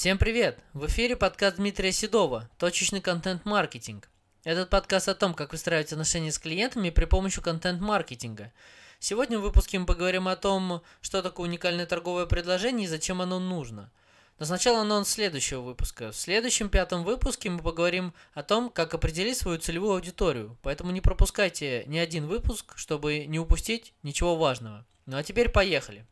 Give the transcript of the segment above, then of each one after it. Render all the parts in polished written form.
Всем привет! В эфире подкаст Дмитрия Седова «Точечный контент-маркетинг». Этот подкаст о том, как выстраивать отношения с клиентами при помощи контент-маркетинга. Сегодня в выпуске мы поговорим о том, что такое уникальное торговое предложение и зачем оно нужно. Но сначала анонс следующего выпуска. В следующем пятом выпуске мы поговорим о том, как определить свою целевую аудиторию. Поэтому не пропускайте ни один выпуск, чтобы не упустить ничего важного. Ну а теперь поехали!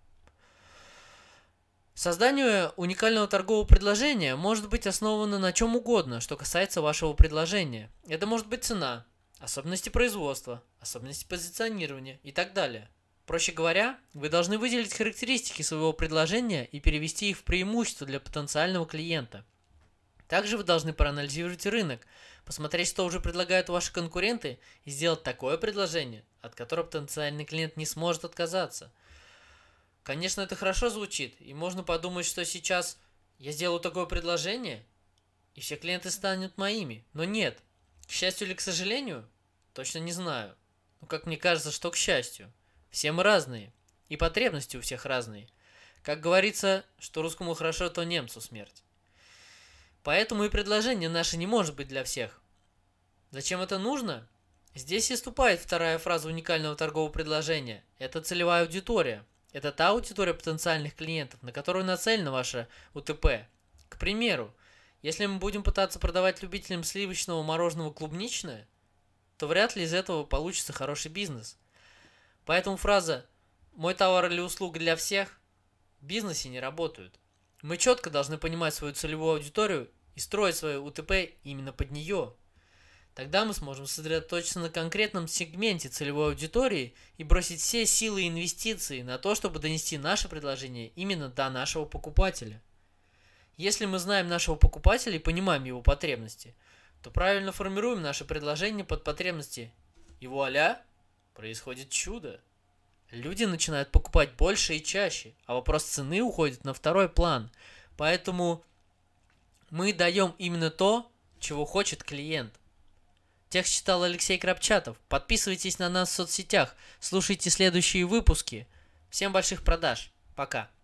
Создание уникального торгового предложения может быть основано на чем угодно, что касается вашего предложения. Это может быть цена, особенности производства, особенности позиционирования и так далее. Проще говоря, вы должны выделить характеристики своего предложения и перевести их в преимущество для потенциального клиента. Также вы должны проанализировать рынок, посмотреть, что уже предлагают ваши конкуренты, и сделать такое предложение, от которого потенциальный клиент не сможет отказаться. Конечно, это хорошо звучит, и можно подумать, что сейчас я сделаю такое предложение, и все клиенты станут моими. Но нет. К счастью или к сожалению, точно не знаю. Но как мне кажется, что к счастью. Все мы разные, и потребности у всех разные. Как говорится, что русскому хорошо, то немцу смерть. Поэтому и предложение наше не может быть для всех. Зачем это нужно? Здесь и вступает вторая фраза уникального торгового предложения. Это целевая аудитория. Это та аудитория потенциальных клиентов, на которую нацелена ваша УТП. К примеру, если мы будем пытаться продавать любителям сливочного мороженого клубничное, то вряд ли из этого получится хороший бизнес. Поэтому фраза «мой товар или услуга для всех» в бизнесе не работают. Мы четко должны понимать свою целевую аудиторию и строить свою УТП именно под нее. Тогда мы сможем сосредоточиться на конкретном сегменте целевой аудитории и бросить все силы и инвестиции на то, чтобы донести наше предложение именно до нашего покупателя. Если мы знаем нашего покупателя и понимаем его потребности, то правильно формируем наше предложение под потребности. И вуаля, происходит чудо. Люди начинают покупать больше и чаще, а вопрос цены уходит на второй план. Поэтому мы даем именно то, чего хочет клиент. Текст читал Алексей Крапчатов. Подписывайтесь на нас в соцсетях, слушайте следующие выпуски. Всем больших продаж. Пока.